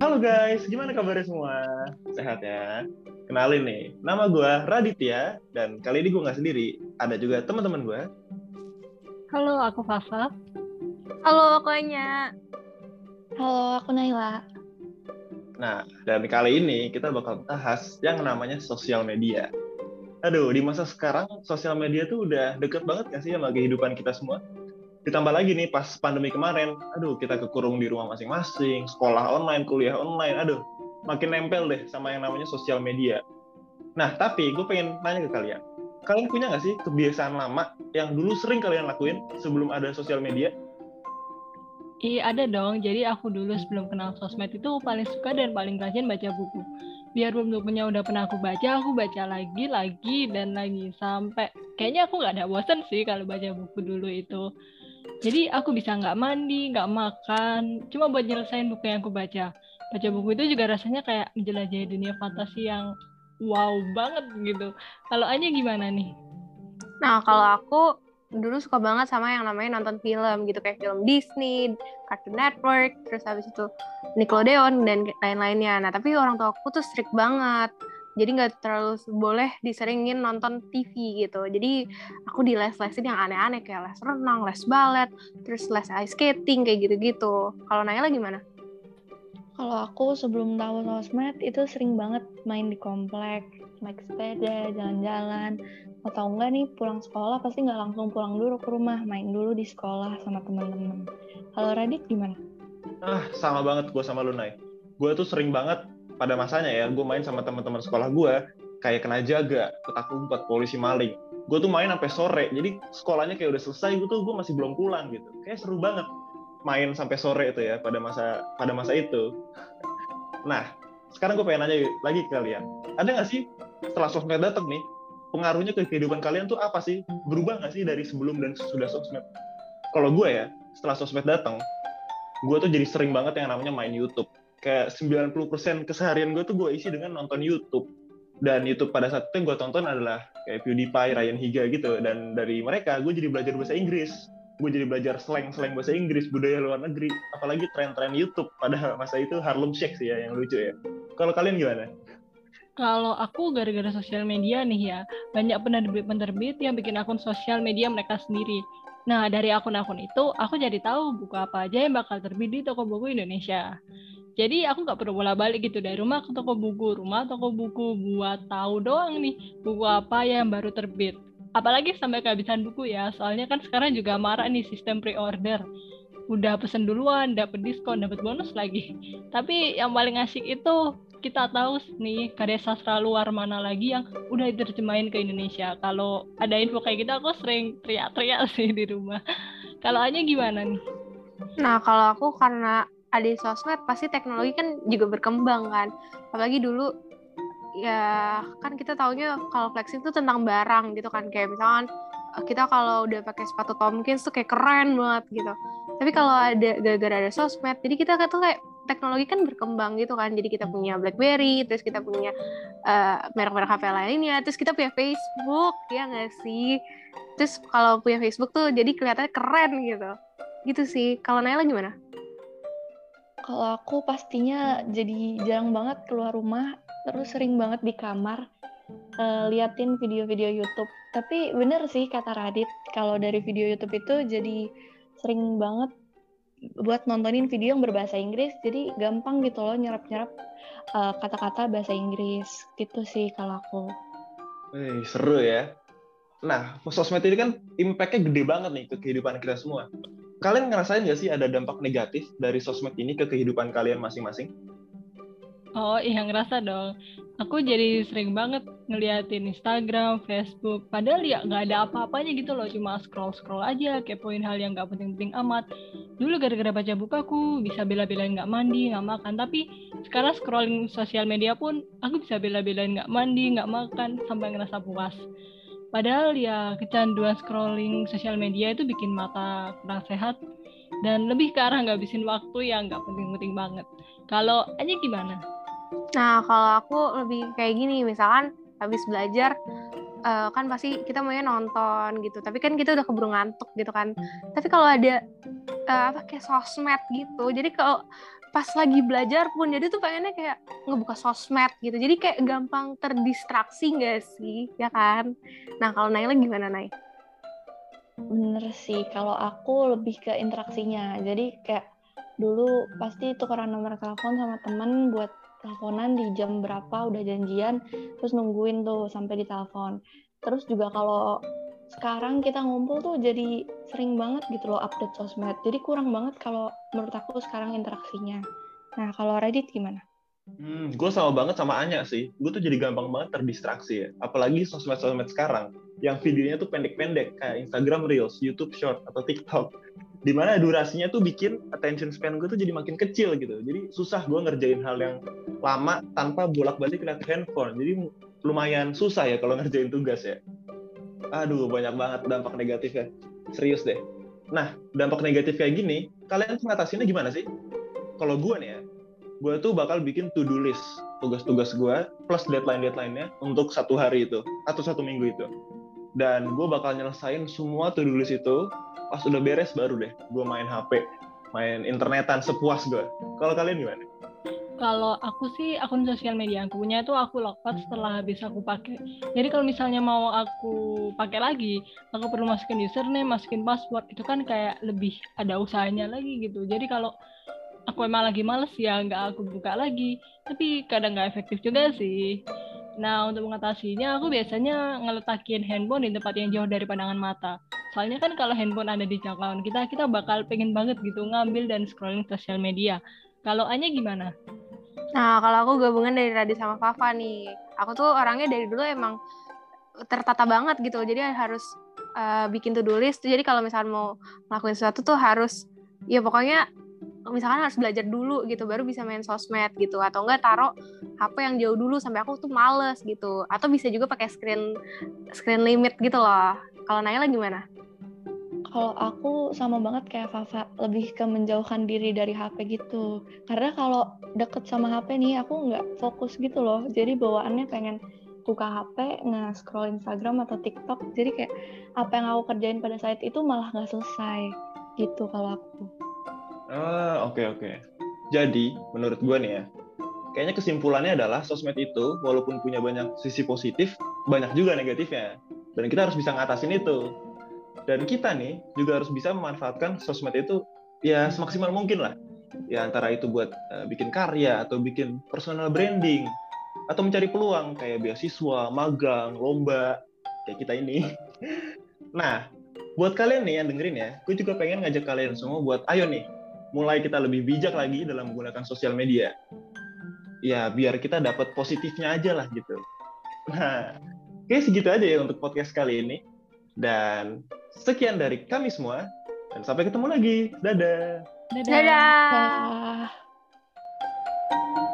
Halo guys, gimana kabarnya semua? Sehat ya? Kenalin nih, nama gue Raditya, dan kali ini gue nggak sendiri. Ada juga teman-teman gue. Halo, aku Fafa. Halo, aku Anya. Halo, aku Naila. Nah, dan kali ini kita bakal bahas yang namanya sosial media. Aduh, di masa sekarang, sosial media tuh udah deket banget nggak sih sama kehidupan kita semua? Ditambah lagi nih, pas pandemi kemarin, aduh, kita kekurung di rumah masing-masing, sekolah online, kuliah online, aduh, makin nempel deh sama yang namanya sosial media. Nah, tapi gue pengen nanya ke kalian. Kalian punya nggak sih kebiasaan lama yang dulu sering kalian lakuin sebelum ada sosial media? Iya, ada dong. Jadi aku dulu sebelum kenal sosmed itu paling suka dan paling rajin baca buku. Biarpun bukunya udah pernah aku baca lagi, dan lagi. Sampai kayaknya aku nggak ada bosan sih kalau baca buku dulu itu. Jadi aku bisa nggak mandi, nggak makan, cuma buat nyelesain buku yang aku baca. Baca buku itu juga rasanya kayak menjelajahi dunia fantasi yang wow banget gitu. Kalau Anya gimana nih? Nah, kalau aku dulu suka banget sama yang namanya nonton film gitu, kayak film Disney, Cartoon Network, terus habis itu Nickelodeon dan lain-lainnya. Nah, tapi orang tua aku tuh strict banget. Jadi nggak terlalu boleh diseringin nonton TV gitu. Jadi aku di les-lesin yang aneh-aneh kayak les renang, les balet, terus les ice skating kayak gitu-gitu. Kalau Naila gimana? Kalau aku sebelum tahu sosmed itu sering banget main di komplek, naik sepeda, jalan-jalan. Atau enggak nih pulang sekolah pasti nggak langsung pulang dulu ke rumah, main dulu di sekolah sama teman-teman. Kalau Radit gimana? Sama banget gue sama Lunai. Gue tuh sering banget pada masanya ya, gue main sama teman-teman sekolah gue, kayak kena jaga, petak umpet, polisi maling. Gue tuh main sampai sore, jadi sekolahnya kayak udah selesai, gue masih belum pulang gitu. Kayak seru banget main sampai sore itu ya pada masa itu. Nah, sekarang gue pengen nanya lagi ke kalian. Ada nggak sih setelah sosmed datang nih, pengaruhnya ke kehidupan kalian tuh apa sih? Berubah nggak sih dari sebelum dan sesudah sosmed? Kalau gue ya, setelah sosmed datang, gue tuh jadi sering banget yang namanya main YouTube. Kayak 90% keseharian gue tuh gue isi dengan nonton YouTube. Dan YouTube pada saat itu yang gue tonton adalah kayak PewDiePie, Ryan Higa gitu. Dan dari mereka gue jadi belajar bahasa Inggris. Gue jadi belajar slang-slang bahasa Inggris, budaya luar negeri. Apalagi tren-tren YouTube pada masa itu Harlem Shake sih ya yang lucu ya. Kalau kalian gimana? Kalau aku gara-gara sosial media nih ya, banyak penerbit-penerbit yang bikin akun sosial media mereka sendiri. Nah, dari akun-akun itu, aku jadi tahu buku apa aja yang bakal terbit di toko buku Indonesia. Jadi aku nggak perlu bolak-balik gitu dari rumah ke toko buku buat tahu doang nih buku apa yang baru terbit. Apalagi sampai kehabisan buku ya, soalnya kan sekarang juga marak nih sistem pre-order. Udah pesen duluan, dapat diskon, dapat bonus lagi. Tapi yang paling asik itu kita tahu nih karya sastra luar mana lagi yang udah diterjemahin ke Indonesia. Kalau ada info kayak gitu aku sering teriak-teriak sih di rumah. Kalau Anya gimana nih? Nah, kalau aku karena ada sosmed, pasti teknologi kan juga berkembang kan. Apalagi dulu, ya kan kita taunya kalau flexing itu tentang barang gitu kan. Kayak misalkan kita kalau udah pakai sepatu Tomkins tuh kayak keren banget gitu. Tapi kalau gara-gara ada sosmed, jadi kita tuh kayak teknologi kan berkembang gitu kan. Jadi kita punya BlackBerry, terus kita punya merek-merek HP lainnya, terus kita punya Facebook, ya nggak sih? Terus kalau punya Facebook tuh jadi kelihatannya keren gitu. Gitu sih. Kalau Naila gimana? Kalau aku pastinya jadi jarang banget keluar rumah, terus sering banget di kamar liatin video-video YouTube. Tapi bener sih kata Radit, kalau dari video YouTube itu jadi sering banget buat nontonin video yang berbahasa Inggris, jadi gampang gitu loh nyerap-nyerap kata-kata bahasa Inggris. Gitu sih kalau aku. Seru ya. Nah, sosmed ini kan impact-nya gede banget nih ke kehidupan kita semua. Kalian ngerasain nggak sih ada dampak negatif dari sosmed ini ke kehidupan kalian masing-masing? Oh iya ngerasa dong. Aku jadi sering banget ngeliatin Instagram, Facebook. Padahal ya nggak ada apa-apanya gitu loh. Cuma scroll-scroll aja, kepoin hal yang nggak penting-penting amat. Dulu gara-gara baca buku aku bisa bela-belain nggak mandi, nggak makan. Tapi sekarang scrolling sosial media pun aku bisa bela-belain nggak mandi, nggak makan, sampai ngerasa puas. Padahal ya kecanduan scrolling sosial media itu bikin mata kurang sehat dan lebih ke arah ngabisin waktu yang nggak penting-penting banget. Kalau Anya gimana? Nah, kalau aku lebih kayak gini, misalkan habis belajar, kan pasti kita maunya nonton gitu, tapi kan kita udah keburu ngantuk gitu kan. Tapi kalau ada kayak sosmed gitu, jadi kalau pas lagi belajar pun, jadi tuh pengennya kayak ngebuka sosmed gitu, jadi kayak gampang terdistraksi nggak sih, ya kan? Nah kalau Naila gimana, Nay? Bener sih, kalau aku lebih ke interaksinya. Jadi kayak dulu pasti tukeran nomor telepon sama temen buat teleponan di jam berapa udah janjian, terus nungguin tuh sampai ditelepon. Terus juga kalau sekarang kita ngumpul tuh jadi sering banget gitu loh update sosmed. Jadi kurang banget kalau menurut aku sekarang interaksinya. Nah, kalau Reddit gimana? Gue sama banget sama Anya sih. Gue tuh jadi gampang banget terdistraksi ya. Apalagi sosmed-sosmed sekarang yang videonya tuh pendek-pendek kayak Instagram Reels, YouTube Short atau TikTok. Dimana durasinya tuh bikin attention span gue tuh jadi makin kecil gitu. Jadi susah gue ngerjain hal yang lama tanpa bolak-balik lihat handphone. Jadi lumayan susah ya kalau ngerjain tugas ya. Aduh, banyak banget dampak negatifnya. Serius deh. Nah, dampak negatif kayak gini, kalian tuh ngatasinnya gimana sih? Kalau gue nih ya, gue tuh bakal bikin to-do list tugas-tugas gue plus deadline-nya untuk satu hari itu atau satu minggu itu, dan gue bakal nyelesain semua to-do list itu. Pas udah beres baru deh gue main HP, main internetan sepuas gue. Kalau kalian gimana? Kalau aku sih akun sosial media yang aku punya itu aku lockout setelah habis aku pakai. Jadi kalau misalnya mau aku pakai lagi, aku perlu masukin username, masukin password. Itu kan kayak lebih ada usahanya lagi gitu. Jadi kalau aku emang lagi males ya nggak aku buka lagi. Tapi kadang nggak efektif juga sih. Nah, untuk mengatasinya aku biasanya ngeletakin handphone di tempat yang jauh dari pandangan mata. Soalnya kan kalau handphone ada di jangkauan kita, kita bakal pengen banget gitu ngambil dan scrolling sosial media. Kalau Anya gimana? Nah, kalau aku gabungan dari Radit sama Fafa nih. Aku tuh orangnya dari dulu emang tertata banget gitu. Jadi harus bikin to-do list. Jadi kalau misalnya mau ngelakuin sesuatu tuh harus, ya pokoknya misalkan harus belajar dulu gitu, baru bisa main sosmed gitu. Atau enggak taruh HP yang jauh dulu sampai aku tuh males gitu. Atau bisa juga pakai screen limit gitu loh. Kalau Naila gimana? Kalau aku sama banget kayak Fafa, lebih ke menjauhkan diri dari HP gitu. Karena kalau deket sama HP nih, aku nggak fokus gitu loh. Jadi bawaannya pengen buka HP, nge-scroll Instagram atau TikTok. Jadi kayak apa yang aku kerjain pada saat itu malah nggak selesai. Gitu kalau aku. Oke. Jadi menurut gue nih ya, kayaknya kesimpulannya adalah sosmed itu walaupun punya banyak sisi positif, banyak juga negatifnya, dan kita harus bisa ngatasin itu. Dan kita nih juga harus bisa memanfaatkan sosmed itu ya semaksimal mungkin lah. Ya antara itu buat bikin karya atau bikin personal branding atau mencari peluang kayak beasiswa, magang, lomba kayak kita ini. Nah, buat kalian nih yang dengerin ya, gue juga pengen ngajak kalian semua buat ayo nih, mulai kita lebih bijak lagi dalam menggunakan sosial media. Ya biar kita dapat positifnya aja lah gitu. Nah, oke segitu aja ya untuk podcast kali ini. Dan sekian dari kami semua. Dan sampai ketemu lagi. Dadah. Dadah. Dadah. Wah.